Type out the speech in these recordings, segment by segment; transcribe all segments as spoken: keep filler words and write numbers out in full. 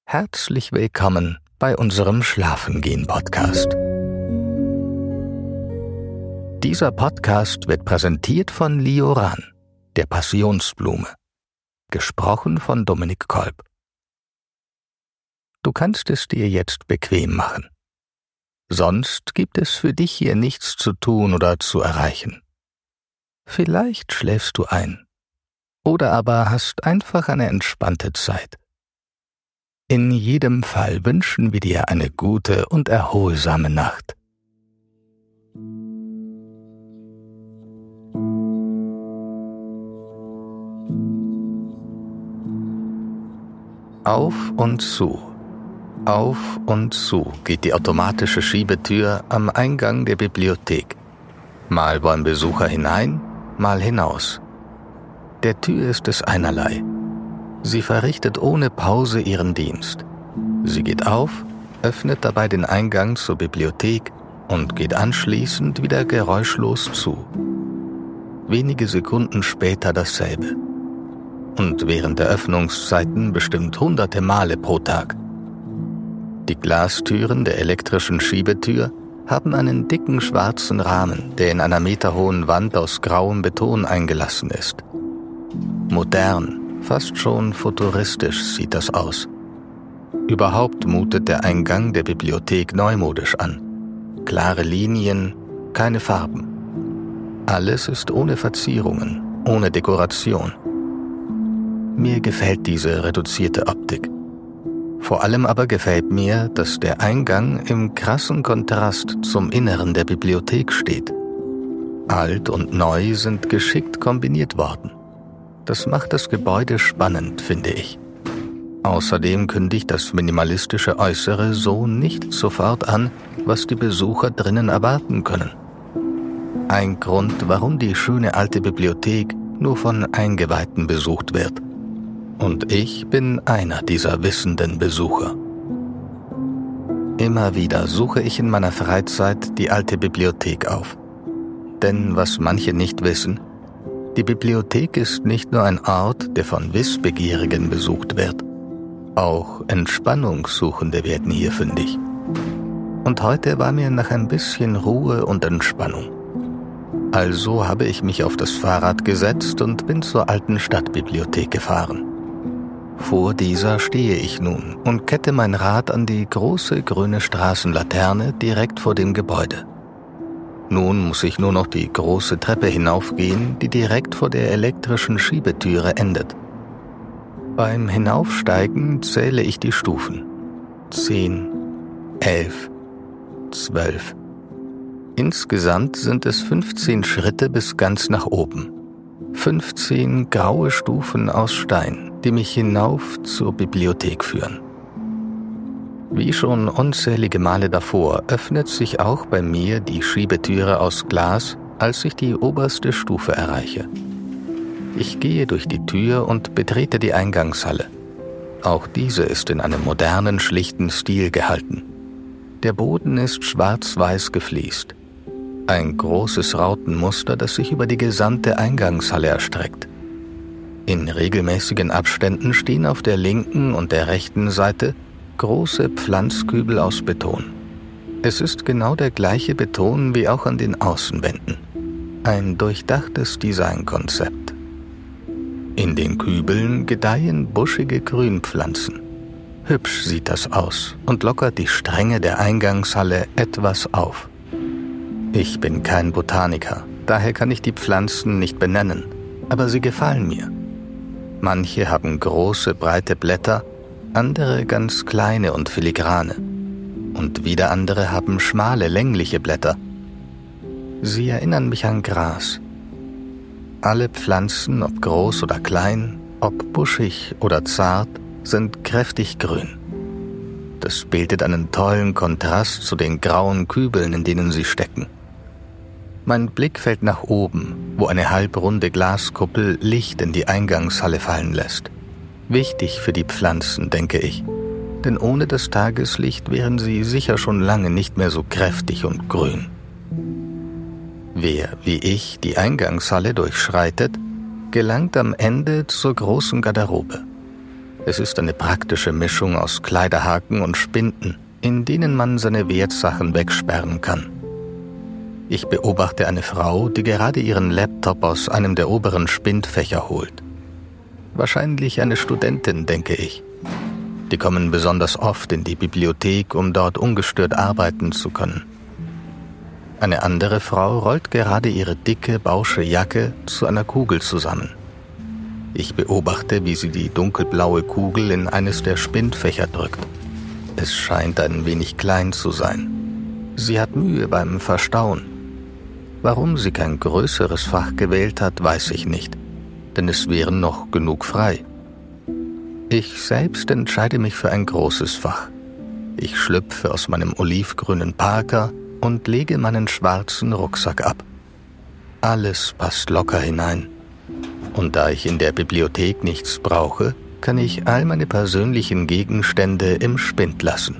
Herzlich willkommen bei unserem Schlafengehen-Podcast. Dieser Podcast wird präsentiert von Lioran, der Passionsblume. Gesprochen von Dominik Kolb. Du kannst es dir jetzt bequem machen. Sonst gibt es für dich hier nichts zu tun oder zu erreichen. Vielleicht schläfst du ein. Oder aber hast einfach eine entspannte Zeit. In jedem Fall wünschen wir dir eine gute und erholsame Nacht. Auf und zu, auf und zu geht die automatische Schiebetür am Eingang der Bibliothek. Mal wollen Besucher hinein, mal hinaus. Der Tür ist es einerlei. Sie verrichtet ohne Pause ihren Dienst. Sie geht auf, öffnet dabei den Eingang zur Bibliothek und geht anschließend wieder geräuschlos zu. Wenige Sekunden später dasselbe. Und während der Öffnungszeiten bestimmt hunderte Male pro Tag. Die Glastüren der elektrischen Schiebetür haben einen dicken schwarzen Rahmen, der in einer meterhohen Wand aus grauem Beton eingelassen ist. Modern, fast schon futuristisch sieht das aus. Überhaupt mutet der Eingang der Bibliothek neumodisch an. Klare Linien, keine Farben. Alles ist ohne Verzierungen, ohne Dekoration. Mir gefällt diese reduzierte Optik. Vor allem aber gefällt mir, dass der Eingang im krassen Kontrast zum Inneren der Bibliothek steht. Alt und neu sind geschickt kombiniert worden. Das macht das Gebäude spannend, finde ich. Außerdem kündigt das minimalistische Äußere so nicht sofort an, was die Besucher drinnen erwarten können. Ein Grund, warum die schöne alte Bibliothek nur von Eingeweihten besucht wird. Und ich bin einer dieser wissenden Besucher. Immer wieder suche ich in meiner Freizeit die alte Bibliothek auf. Denn was manche nicht wissen, die Bibliothek ist nicht nur ein Ort, der von Wissbegierigen besucht wird. Auch Entspannungssuchende werden hier fündig. Und heute war mir nach ein bisschen Ruhe und Entspannung. Also habe ich mich auf das Fahrrad gesetzt und bin zur alten Stadtbibliothek gefahren. Vor dieser stehe ich nun und kette mein Rad an die große grüne Straßenlaterne direkt vor dem Gebäude. Nun muss ich nur noch die große Treppe hinaufgehen, die direkt vor der elektrischen Schiebetüre endet. Beim Hinaufsteigen zähle ich die Stufen. Zehn, elf, zwölf. Insgesamt sind es fünfzehn Schritte bis ganz nach oben. fünfzehn graue Stufen aus Stein, die mich hinauf zur Bibliothek führen. Wie schon unzählige Male davor öffnet sich auch bei mir die Schiebetüre aus Glas, als ich die oberste Stufe erreiche. Ich gehe durch die Tür und betrete die Eingangshalle. Auch diese ist in einem modernen, schlichten Stil gehalten. Der Boden ist schwarz-weiß gefliest. Ein großes Rautenmuster, das sich über die gesamte Eingangshalle erstreckt. In regelmäßigen Abständen stehen auf der linken und der rechten Seite große Pflanzkübel aus Beton. Es ist genau der gleiche Beton wie auch an den Außenwänden. Ein durchdachtes Designkonzept. In den Kübeln gedeihen buschige Grünpflanzen. Hübsch sieht das aus und lockert die Strenge der Eingangshalle etwas auf. Ich bin kein Botaniker, daher kann ich die Pflanzen nicht benennen, aber sie gefallen mir. Manche haben große, breite Blätter, andere ganz kleine und filigrane. Und wieder andere haben schmale, längliche Blätter. Sie erinnern mich an Gras. Alle Pflanzen, ob groß oder klein, ob buschig oder zart, sind kräftig grün. Das bildet einen tollen Kontrast zu den grauen Kübeln, in denen sie stecken. Mein Blick fällt nach oben, wo eine halbrunde Glaskuppel Licht in die Eingangshalle fallen lässt. Wichtig für die Pflanzen, denke ich, denn ohne das Tageslicht wären sie sicher schon lange nicht mehr so kräftig und grün. Wer, wie ich, die Eingangshalle durchschreitet, gelangt am Ende zur großen Garderobe. Es ist eine praktische Mischung aus Kleiderhaken und Spinden, in denen man seine Wertsachen wegsperren kann. Ich beobachte eine Frau, die gerade ihren Laptop aus einem der oberen Spindfächer holt. Wahrscheinlich eine Studentin, denke ich. Die kommen besonders oft in die Bibliothek, um dort ungestört arbeiten zu können. Eine andere Frau rollt gerade ihre dicke, bausche Jacke zu einer Kugel zusammen. Ich beobachte, wie sie die dunkelblaue Kugel in eines der Spindfächer drückt. Es scheint ein wenig klein zu sein. Sie hat Mühe beim Verstauen. Warum sie kein größeres Fach gewählt hat, weiß ich nicht, denn es wären noch genug frei. Ich selbst entscheide mich für ein großes Fach. Ich schlüpfe aus meinem olivgrünen Parker und lege meinen schwarzen Rucksack ab. Alles passt locker hinein. Und da ich in der Bibliothek nichts brauche, kann ich all meine persönlichen Gegenstände im Spind lassen.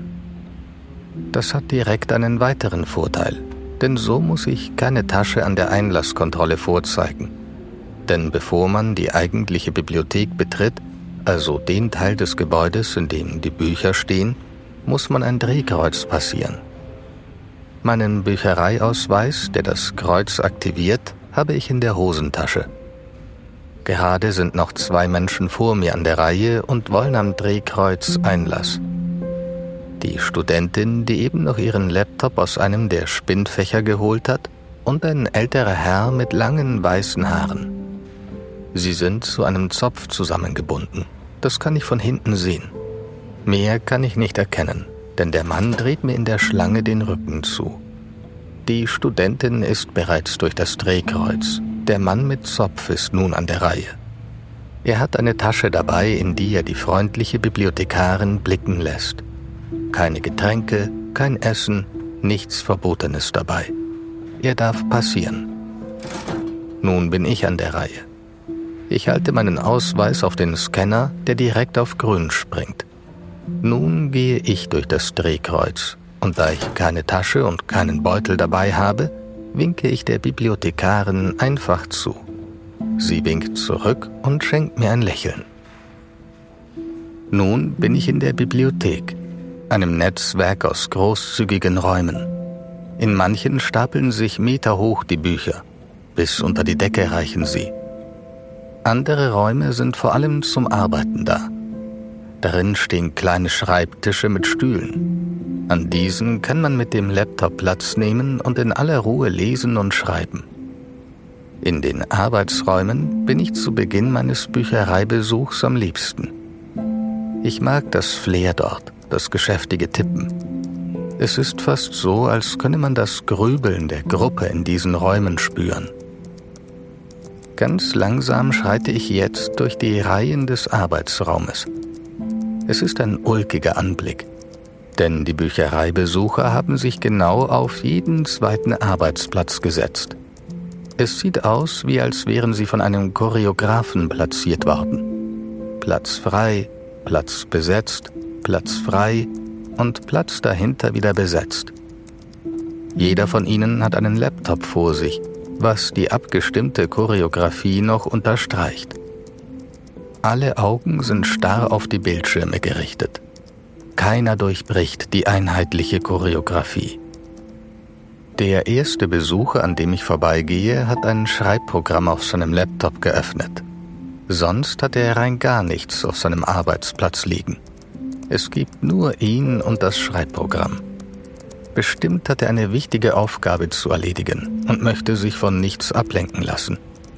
Das hat direkt einen weiteren Vorteil, denn so muss ich keine Tasche an der Einlasskontrolle vorzeigen. Denn bevor man die eigentliche Bibliothek betritt, also den Teil des Gebäudes, in dem die Bücher stehen, muss man ein Drehkreuz passieren. Meinen Büchereiausweis, der das Kreuz aktiviert, habe ich in der Hosentasche. Gerade sind noch zwei Menschen vor mir an der Reihe und wollen am Drehkreuz Einlass. Die Studentin, die eben noch ihren Laptop aus einem der Spindfächer geholt hat, und ein älterer Herr mit langen weißen Haaren. Sie sind zu einem Zopf zusammengebunden. Das kann ich von hinten sehen. Mehr kann ich nicht erkennen, denn der Mann dreht mir in der Schlange den Rücken zu. Die Studentin ist bereits durch das Drehkreuz. Der Mann mit Zopf ist nun an der Reihe. Er hat eine Tasche dabei, in die er die freundliche Bibliothekarin blicken lässt. Keine Getränke, kein Essen, nichts Verbotenes dabei. Er darf passieren. Nun bin ich an der Reihe. Ich halte meinen Ausweis auf den Scanner, der direkt auf grün springt. Nun gehe ich durch das Drehkreuz, und da ich keine Tasche und keinen Beutel dabei habe, winke ich der Bibliothekarin einfach zu. Sie winkt zurück und schenkt mir ein Lächeln. Nun bin ich in der Bibliothek, einem Netzwerk aus großzügigen Räumen. In manchen stapeln sich meterhoch die Bücher, bis unter die Decke reichen sie. Andere Räume sind vor allem zum Arbeiten da. Darin stehen kleine Schreibtische mit Stühlen. An diesen kann man mit dem Laptop Platz nehmen und in aller Ruhe lesen und schreiben. In den Arbeitsräumen bin ich zu Beginn meines Büchereibesuchs am liebsten. Ich mag das Flair dort, das geschäftige Tippen. Es ist fast so, als könne man das Grübeln der Gruppe in diesen Räumen spüren. Ganz langsam schreite ich jetzt durch die Reihen des Arbeitsraumes. Es ist ein ulkiger Anblick, denn die Büchereibesucher haben sich genau auf jeden zweiten Arbeitsplatz gesetzt. Es sieht aus, wie als wären sie von einem Choreografen platziert worden. Platz frei, Platz besetzt, Platz frei und Platz dahinter wieder besetzt. Jeder von ihnen hat einen Laptop vor sich, was die abgestimmte Choreografie noch unterstreicht. Alle Augen sind starr auf die Bildschirme gerichtet. Keiner durchbricht die einheitliche Choreografie. Der erste Besucher, an dem ich vorbeigehe, hat ein Schreibprogramm auf seinem Laptop geöffnet. Sonst hat er rein gar nichts auf seinem Arbeitsplatz liegen. Es gibt nur ihn und das Schreibprogramm. Bestimmt hat er eine wichtige Aufgabe zu erledigen und möchte sich von nichts ablenken lassen.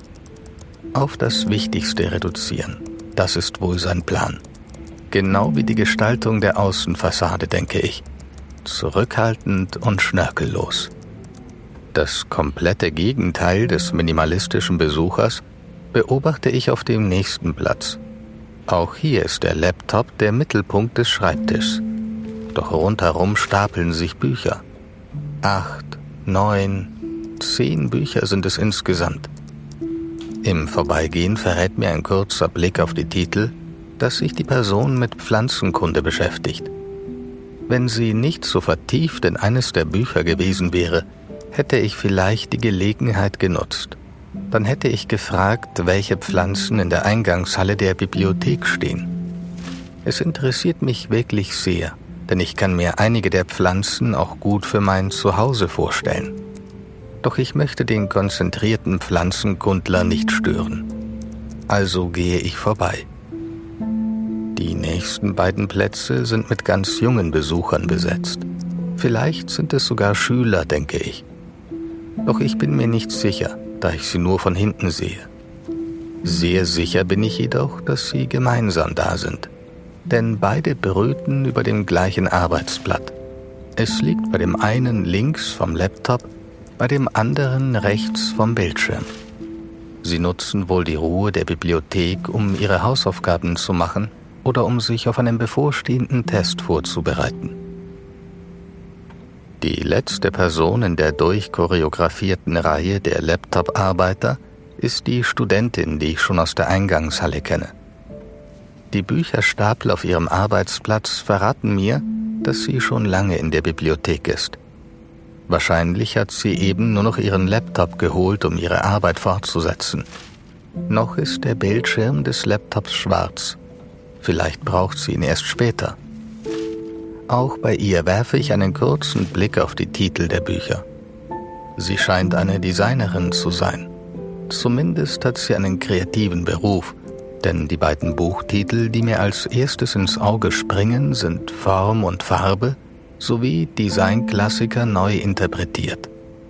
Auf das Wichtigste reduzieren, das ist wohl sein Plan. Genau wie die Gestaltung der Außenfassade, denke ich. Zurückhaltend und schnörkellos. Das komplette Gegenteil des minimalistischen Besuchers beobachte ich auf dem nächsten Platz. Auch hier ist der Laptop der Mittelpunkt des Schreibtischs. Doch rundherum stapeln sich Bücher. Acht, neun, zehn Bücher sind es insgesamt. Im Vorbeigehen verrät mir ein kurzer Blick auf die Titel, dass sich die Person mit Pflanzenkunde beschäftigt. Wenn sie nicht so vertieft in eines der Bücher gewesen wäre, hätte ich vielleicht die Gelegenheit genutzt. Dann hätte ich gefragt, welche Pflanzen in der Eingangshalle der Bibliothek stehen. Es interessiert mich wirklich sehr, denn ich kann mir einige der Pflanzen auch gut für mein Zuhause vorstellen. Doch ich möchte den konzentrierten Pflanzenkundler nicht stören. Also gehe ich vorbei. Die nächsten beiden Plätze sind mit ganz jungen Besuchern besetzt. Vielleicht sind es sogar Schüler, denke ich. Doch ich bin mir nicht sicher, da ich sie nur von hinten sehe. Sehr sicher bin ich jedoch, dass sie gemeinsam da sind. Denn beide brüten über dem gleichen Arbeitsblatt. Es liegt bei dem einen links vom Laptop, bei dem anderen rechts vom Bildschirm. Sie nutzen wohl die Ruhe der Bibliothek, um ihre Hausaufgaben zu machen oder um sich auf einen bevorstehenden Test vorzubereiten. Die letzte Person in der durchchoreografierten Reihe der Laptop-Arbeiter ist die Studentin, die ich schon aus der Eingangshalle kenne. Die Bücherstapel auf ihrem Arbeitsplatz verraten mir, dass sie schon lange in der Bibliothek ist. Wahrscheinlich hat sie eben nur noch ihren Laptop geholt, um ihre Arbeit fortzusetzen. Noch ist der Bildschirm des Laptops schwarz. Vielleicht braucht sie ihn erst später. Auch bei ihr werfe ich einen kurzen Blick auf die Titel der Bücher. Sie scheint eine Designerin zu sein. Zumindest hat sie einen kreativen Beruf, denn die beiden Buchtitel, die mir als erstes ins Auge springen, sind Form und Farbe sowie Designklassiker neu interpretiert.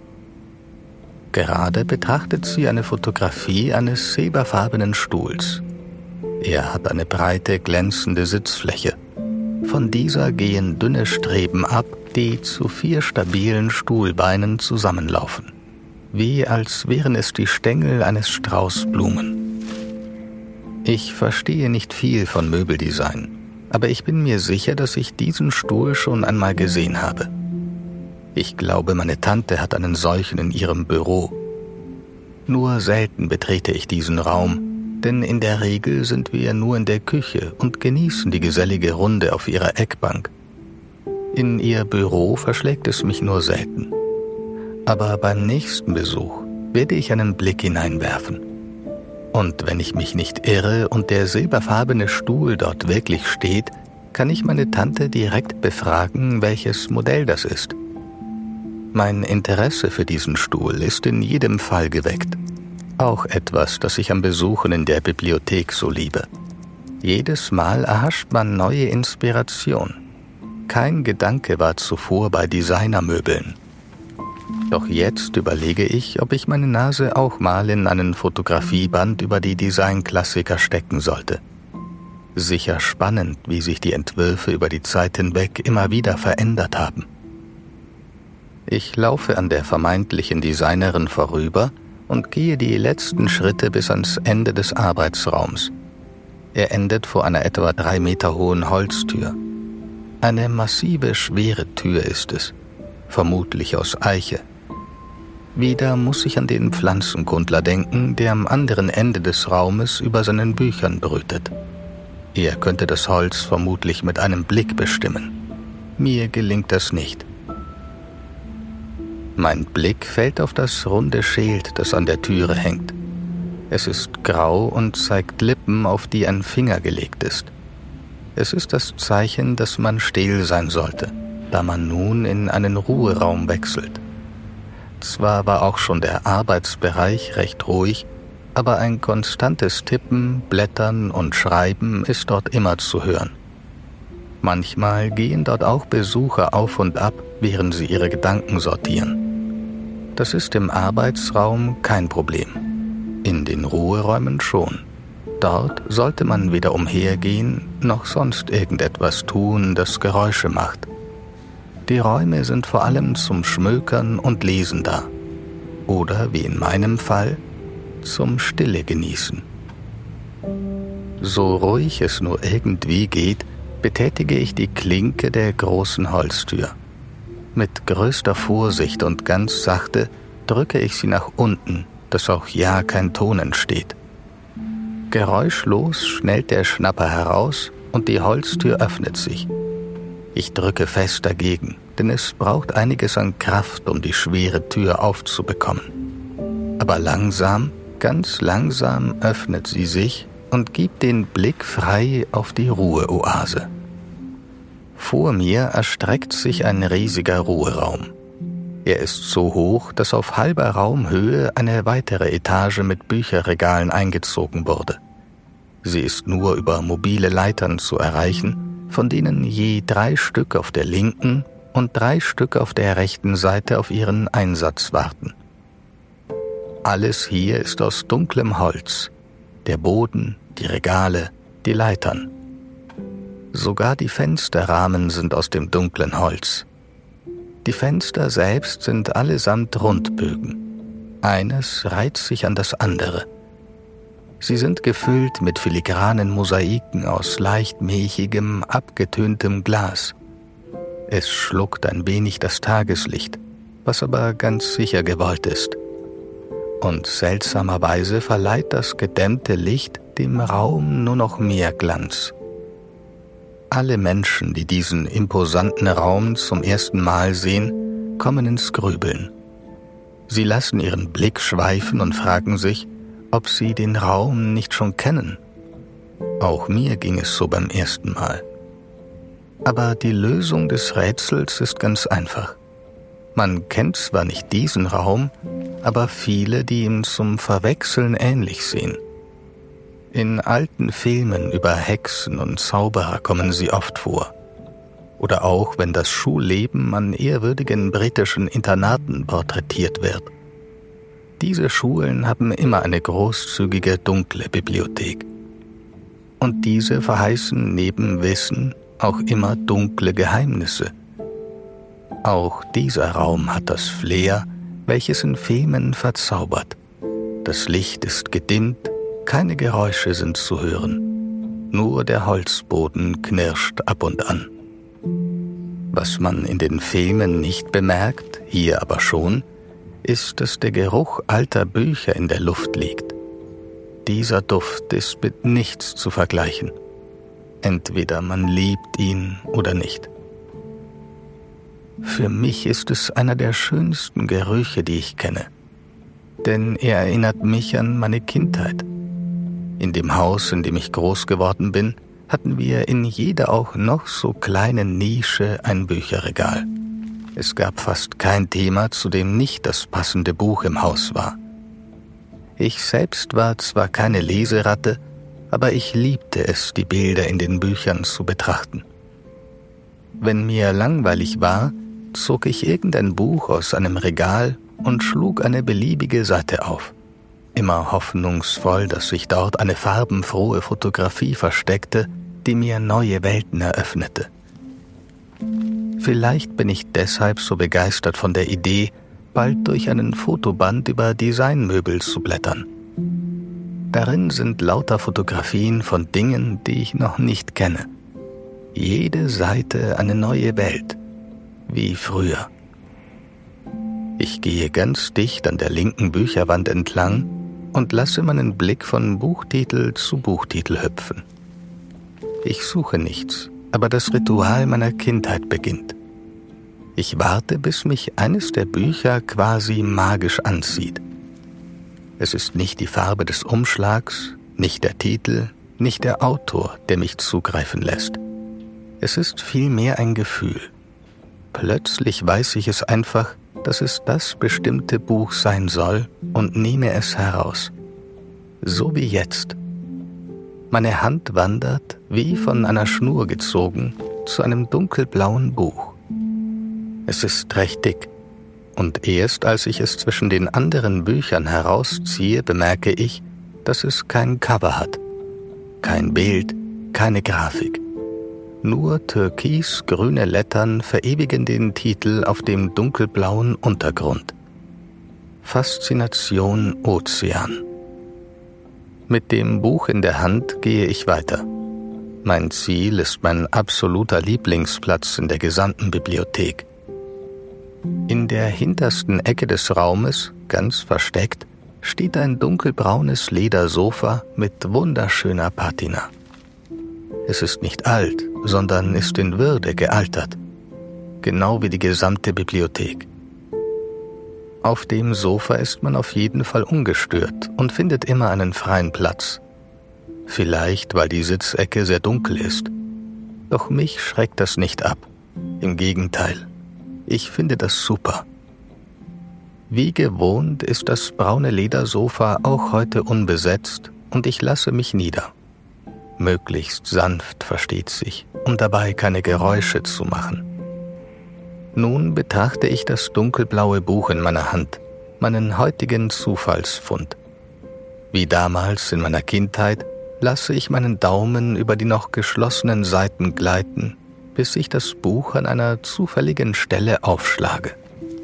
Gerade betrachtet sie eine Fotografie eines silberfarbenen Stuhls. Er hat eine breite, glänzende Sitzfläche. Von dieser gehen dünne Streben ab, die zu vier stabilen Stuhlbeinen zusammenlaufen, wie als wären es die Stängel eines Straußblumen. Ich verstehe nicht viel von Möbeldesign, aber ich bin mir sicher, dass ich diesen Stuhl schon einmal gesehen habe. Ich glaube, meine Tante hat einen solchen in ihrem Büro. Nur selten betrete ich diesen Raum, denn in der Regel sind wir nur in der Küche und genießen die gesellige Runde auf ihrer Eckbank. In ihr Büro verschlägt es mich nur selten. Aber beim nächsten Besuch werde ich einen Blick hineinwerfen. Und wenn ich mich nicht irre und der silberfarbene Stuhl dort wirklich steht, kann ich meine Tante direkt befragen, welches Modell das ist. Mein Interesse für diesen Stuhl ist in jedem Fall geweckt. Auch etwas, das ich am Besuchen in der Bibliothek so liebe. Jedes Mal erhascht man neue Inspiration. Kein Gedanke war zuvor bei Designermöbeln. Doch jetzt überlege ich, ob ich meine Nase auch mal in einen Fotografieband über die Designklassiker stecken sollte. Sicher spannend, wie sich die Entwürfe über die Zeit hinweg immer wieder verändert haben. Ich laufe an der vermeintlichen Designerin vorüber und gehe die letzten Schritte bis ans Ende des Arbeitsraums. Er endet vor einer etwa drei Meter hohen Holztür. Eine massive, schwere Tür ist es, vermutlich aus Eiche. Wieder muss ich an den Pflanzenkundler denken, der am anderen Ende des Raumes über seinen Büchern brütet. Er könnte das Holz vermutlich mit einem Blick bestimmen. Mir gelingt das nicht. Mein Blick fällt auf das runde Schild, das an der Türe hängt. Es ist grau und zeigt Lippen, auf die ein Finger gelegt ist. Es ist das Zeichen, dass man still sein sollte, da man nun in einen Ruheraum wechselt. Zwar war auch schon der Arbeitsbereich recht ruhig, aber ein konstantes Tippen, Blättern und Schreiben ist dort immer zu hören. Manchmal gehen dort auch Besucher auf und ab, während sie ihre Gedanken sortieren. Das ist im Arbeitsraum kein Problem. In den Ruheräumen schon. Dort sollte man weder umhergehen, noch sonst irgendetwas tun, das Geräusche macht. Die Räume sind vor allem zum Schmökern und Lesen da. Oder, wie in meinem Fall, zum Stille genießen. So ruhig es nur irgendwie geht, betätige ich die Klinke der großen Holztür. Mit größter Vorsicht und ganz sachte drücke ich sie nach unten, dass auch ja kein Ton entsteht. Geräuschlos schnellt der Schnapper heraus und die Holztür öffnet sich. Ich drücke fest dagegen, denn es braucht einiges an Kraft, um die schwere Tür aufzubekommen. Aber langsam, ganz langsam öffnet sie sich und gibt den Blick frei auf die Ruheoase. Vor mir erstreckt sich ein riesiger Ruheraum. Er ist so hoch, dass auf halber Raumhöhe eine weitere Etage mit Bücherregalen eingezogen wurde. Sie ist nur über mobile Leitern zu erreichen, von denen je drei Stück auf der linken und drei Stück auf der rechten Seite auf ihren Einsatz warten. Alles hier ist aus dunklem Holz, der Boden, die Regale, die Leitern. Sogar die Fensterrahmen sind aus dem dunklen Holz. Die Fenster selbst sind allesamt Rundbögen. Eines reiht sich an das andere. Sie sind gefüllt mit filigranen Mosaiken aus leicht milchigem, abgetöntem Glas. Es schluckt ein wenig das Tageslicht, was aber ganz sicher gewollt ist. Und seltsamerweise verleiht das gedämmte Licht dem Raum nur noch mehr Glanz. Alle Menschen, die diesen imposanten Raum zum ersten Mal sehen, kommen ins Grübeln. Sie lassen ihren Blick schweifen und fragen sich, ob sie den Raum nicht schon kennen. Auch mir ging es so beim ersten Mal. Aber die Lösung des Rätsels ist ganz einfach. Man kennt zwar nicht diesen Raum, aber viele, die ihm zum Verwechseln ähnlich sehen. In alten Filmen über Hexen und Zauberer kommen sie oft vor. Oder auch, wenn das Schulleben an ehrwürdigen britischen Internaten porträtiert wird. Diese Schulen haben immer eine großzügige, dunkle Bibliothek. Und diese verheißen neben Wissen auch immer dunkle Geheimnisse. Auch dieser Raum hat das Flair, welches in Filmen verzaubert. Das Licht ist gedimmt, keine Geräusche sind zu hören. Nur der Holzboden knirscht ab und an. Was man in den Filmen nicht bemerkt, hier aber schon, ist, dass der Geruch alter Bücher in der Luft liegt. Dieser Duft ist mit nichts zu vergleichen. Entweder man liebt ihn oder nicht. Für mich ist es einer der schönsten Gerüche, die ich kenne. Denn er erinnert mich an meine Kindheit. In dem Haus, in dem ich groß geworden bin, hatten wir in jeder auch noch so kleinen Nische ein Bücherregal. Es gab fast kein Thema, zu dem nicht das passende Buch im Haus war. Ich selbst war zwar keine Leseratte, aber ich liebte es, die Bilder in den Büchern zu betrachten. Wenn mir langweilig war, zog ich irgendein Buch aus einem Regal und schlug eine beliebige Seite auf. Immer hoffnungsvoll, dass sich dort eine farbenfrohe Fotografie versteckte, die mir neue Welten eröffnete. Vielleicht bin ich deshalb so begeistert von der Idee, bald durch einen Fotoband über Designmöbel zu blättern. Darin sind lauter Fotografien von Dingen, die ich noch nicht kenne. Jede Seite eine neue Welt, wie früher. Ich gehe ganz dicht an der linken Bücherwand entlang und lasse meinen Blick von Buchtitel zu Buchtitel hüpfen. Ich suche nichts, aber das Ritual meiner Kindheit beginnt. Ich warte, bis mich eines der Bücher quasi magisch anzieht. Es ist nicht die Farbe des Umschlags, nicht der Titel, nicht der Autor, der mich zugreifen lässt. Es ist vielmehr ein Gefühl. Plötzlich weiß ich es einfach, dass es das bestimmte Buch sein soll und nehme es heraus. So wie jetzt. Meine Hand wandert, wie von einer Schnur gezogen, zu einem dunkelblauen Buch. Es ist recht dick, und erst als ich es zwischen den anderen Büchern herausziehe, bemerke ich, dass es kein Cover hat. Kein Bild, keine Grafik. Nur türkisgrüne Lettern verewigen den Titel auf dem dunkelblauen Untergrund. Faszination Ozean. Mit dem Buch in der Hand gehe ich weiter. Mein Ziel ist mein absoluter Lieblingsplatz in der gesamten Bibliothek. In der hintersten Ecke des Raumes, ganz versteckt, steht ein dunkelbraunes Ledersofa mit wunderschöner Patina. Es ist nicht alt, sondern ist in Würde gealtert. Genau wie die gesamte Bibliothek. Auf dem Sofa ist man auf jeden Fall ungestört und findet immer einen freien Platz. vielleicht weil die Sitzecke sehr dunkel ist. Doch mich schreckt das nicht ab. Im Gegenteil, ich finde das super. Wie gewohnt ist das braune Ledersofa auch heute unbesetzt und ich lasse mich nieder. Möglichst sanft, versteht sich, um dabei keine Geräusche zu machen. Nun betrachte ich das dunkelblaue Buch in meiner Hand, meinen heutigen Zufallsfund. Wie damals in meiner Kindheit lasse ich meinen Daumen über die noch geschlossenen Seiten gleiten, bis ich das Buch an einer zufälligen Stelle aufschlage.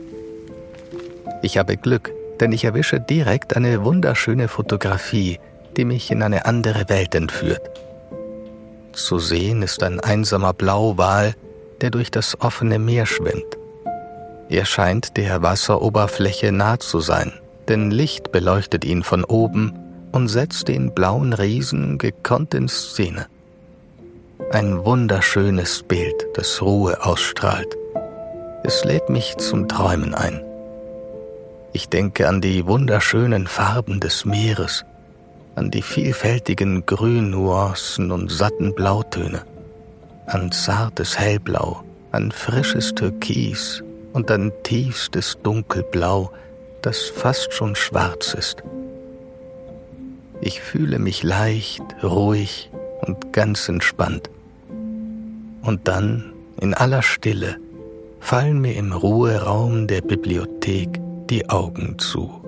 Ich habe Glück, denn ich erwische direkt eine wunderschöne Fotografie, die mich in eine andere Welt entführt. Zu sehen ist ein einsamer Blauwal, der durch das offene Meer schwimmt. Er scheint der Wasseroberfläche nah zu sein, denn Licht beleuchtet ihn von oben und setzt den blauen Riesen gekonnt in Szene. Ein wunderschönes Bild, das Ruhe ausstrahlt. Es lädt mich zum Träumen ein. Ich denke an die wunderschönen Farben des Meeres, an die vielfältigen Grünnuancen und satten Blautöne, an zartes Hellblau, an frisches Türkis und an tiefstes Dunkelblau, das fast schon schwarz ist. Ich fühle mich leicht, ruhig und ganz entspannt. Und dann, in aller Stille, fallen mir im Ruheraum der Bibliothek die Augen zu.